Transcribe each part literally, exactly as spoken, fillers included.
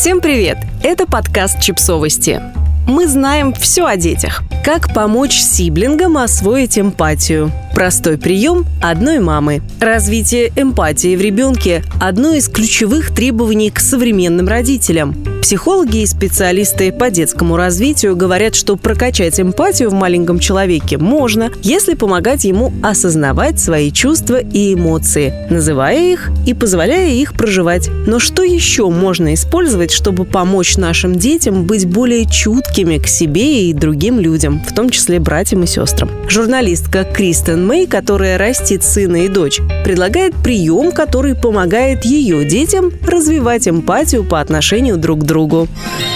Всем привет! Это подкаст «Чипсовости». Мы знаем все о детях. Как помочь сиблингам освоить эмпатию? Простой прием одной мамы. Развитие эмпатии в ребенке – одно из ключевых требований к современным родителям. Психологи и специалисты по детскому развитию говорят, что прокачать эмпатию в маленьком человеке можно, если помогать ему осознавать свои чувства и эмоции, называя их и позволяя их проживать. Но что еще можно использовать, чтобы помочь нашим детям быть более чуткими к себе и другим людям, в том числе братьям и сестрам? Журналистка Кристен Мэй, которая растит сына и дочь, предлагает прием, который помогает ее детям развивать эмпатию по отношению друг к другу.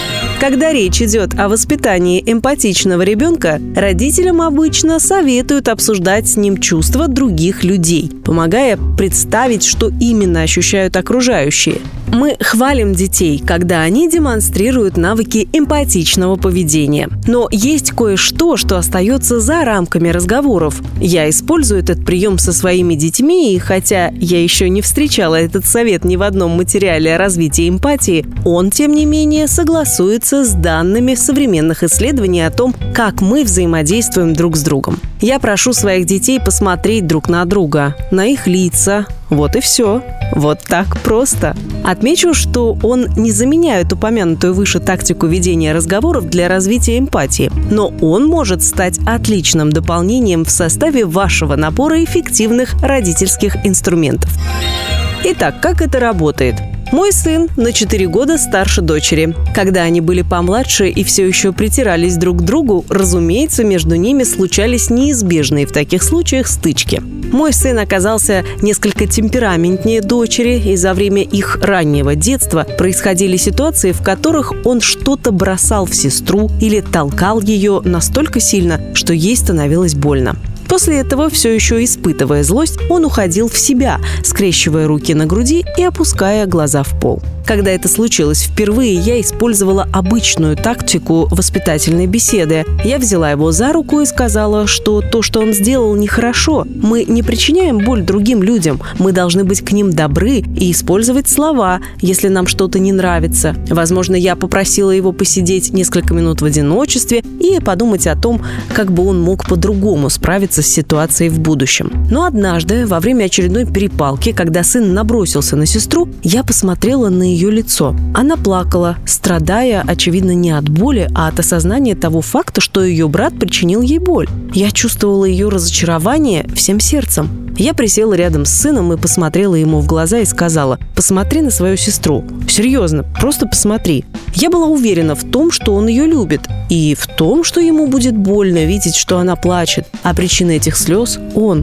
Когда речь идет о воспитании эмпатичного ребенка, родителям обычно советуют обсуждать с ним чувства других людей, помогая представить, что именно ощущают окружающие. Мы хвалим детей, когда они демонстрируют навыки эмпатичного поведения. Но есть кое-что, что остается за рамками разговоров. Я использую этот прием со своими детьми, и хотя я еще не встречала этот совет ни в одном материале о развитии эмпатии, он, тем не менее, согласуется с данными современных исследований о том, как мы взаимодействуем друг с другом. Я прошу своих детей посмотреть друг на друга, на их лица. Вот и все. Вот так просто. Отмечу, что он не заменяет упомянутую выше тактику ведения разговоров для развития эмпатии, но он может стать отличным дополнением в составе вашего набора эффективных родительских инструментов. Итак, как это работает? Мой сын на четыре года старше дочери. Когда они были помладше и все еще притирались друг к другу, разумеется, между ними случались неизбежные в таких случаях стычки. Мой сын оказался несколько темпераментнее дочери, и за время их раннего детства происходили ситуации, в которых он что-то бросал в сестру или толкал ее настолько сильно, что ей становилось больно. После этого, все еще испытывая злость, он уходил в себя, скрещивая руки на груди и опуская глаза в пол. Когда это случилось впервые, я использовала обычную тактику воспитательной беседы. Я взяла его за руку и сказала, что то, что он сделал, нехорошо. Мы не причиняем боль другим людям. Мы должны быть к ним добры и использовать слова, если нам что-то не нравится. Возможно, я попросила его посидеть несколько минут в одиночестве и подумать о том, как бы он мог по-другому справиться с ситуацией в будущем. Но однажды, во время очередной перепалки, когда сын набросился на сестру, я посмотрела на ее ее лицо. Она плакала, страдая, очевидно, не от боли, а от осознания того факта, что ее брат причинил ей боль. Я чувствовала ее разочарование всем сердцем. Я присела рядом с сыном и посмотрела ему в глаза и сказала: «Посмотри на свою сестру. Серьезно, просто посмотри». Я была уверена в том, что он ее любит, и в том, что ему будет больно видеть, что она плачет, а причина этих слез – он.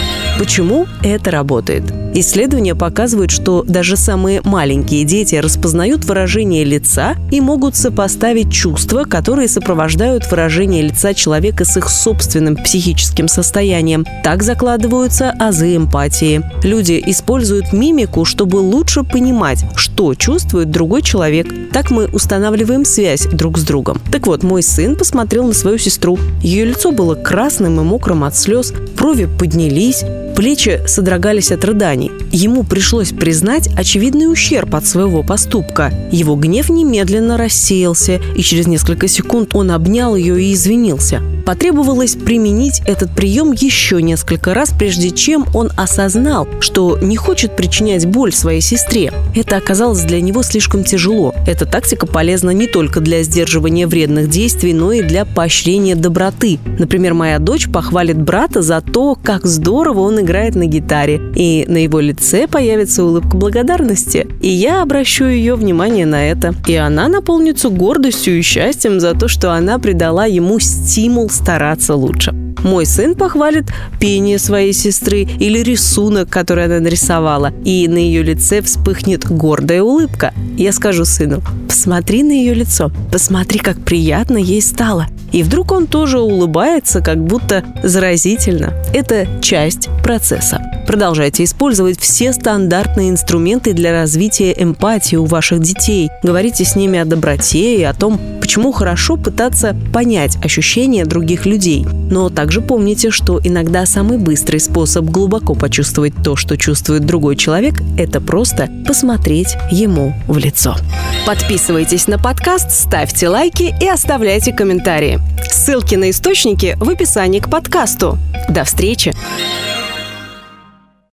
Почему это работает? Исследования показывают, что даже самые маленькие дети распознают выражение лица и могут сопоставить чувства, которые сопровождают выражение лица человека с их собственным психическим состоянием. Так закладываются азы эмпатии. Люди используют мимику, чтобы лучше понимать, что чувствует другой человек. Так мы устанавливаем связь друг с другом. Так вот, мой сын посмотрел на свою сестру. Ее лицо было красным и мокрым от слез, брови поднялись, плечи содрогались от рыданий. Ему пришлось признать очевидный ущерб от своего поступка. Его гнев немедленно рассеялся, и через несколько секунд он обнял ее и извинился. Потребовалось применить этот прием еще несколько раз, прежде чем он осознал, что не хочет причинять боль своей сестре. Это оказалось для него слишком тяжело. Эта тактика полезна не только для сдерживания вредных действий, но и для поощрения доброты. Например, моя дочь похвалит брата за то, как здорово он играет на гитаре, и на его лице появится улыбка благодарности. И я обращу ее внимание на это. И она наполнится гордостью и счастьем за то, что она придала ему стимул стараться лучше. Мой сын похвалит пение своей сестры или рисунок, который она нарисовала, и на ее лице вспыхнет гордая улыбка. Я скажу сыну: «Посмотри на ее лицо, посмотри, как приятно ей стало». И вдруг он тоже улыбается, как будто заразительно. Это часть процесса. Продолжайте использовать все стандартные инструменты для развития эмпатии у ваших детей. Говорите с ними о доброте и о том, почему хорошо пытаться понять ощущения других людей. Но также помните, что иногда самый быстрый способ глубоко почувствовать то, что чувствует другой человек, это просто посмотреть ему в лицо. Подписывайтесь на подкаст, ставьте лайки и оставляйте комментарии. Ссылки на источники в описании к подкасту. До встречи!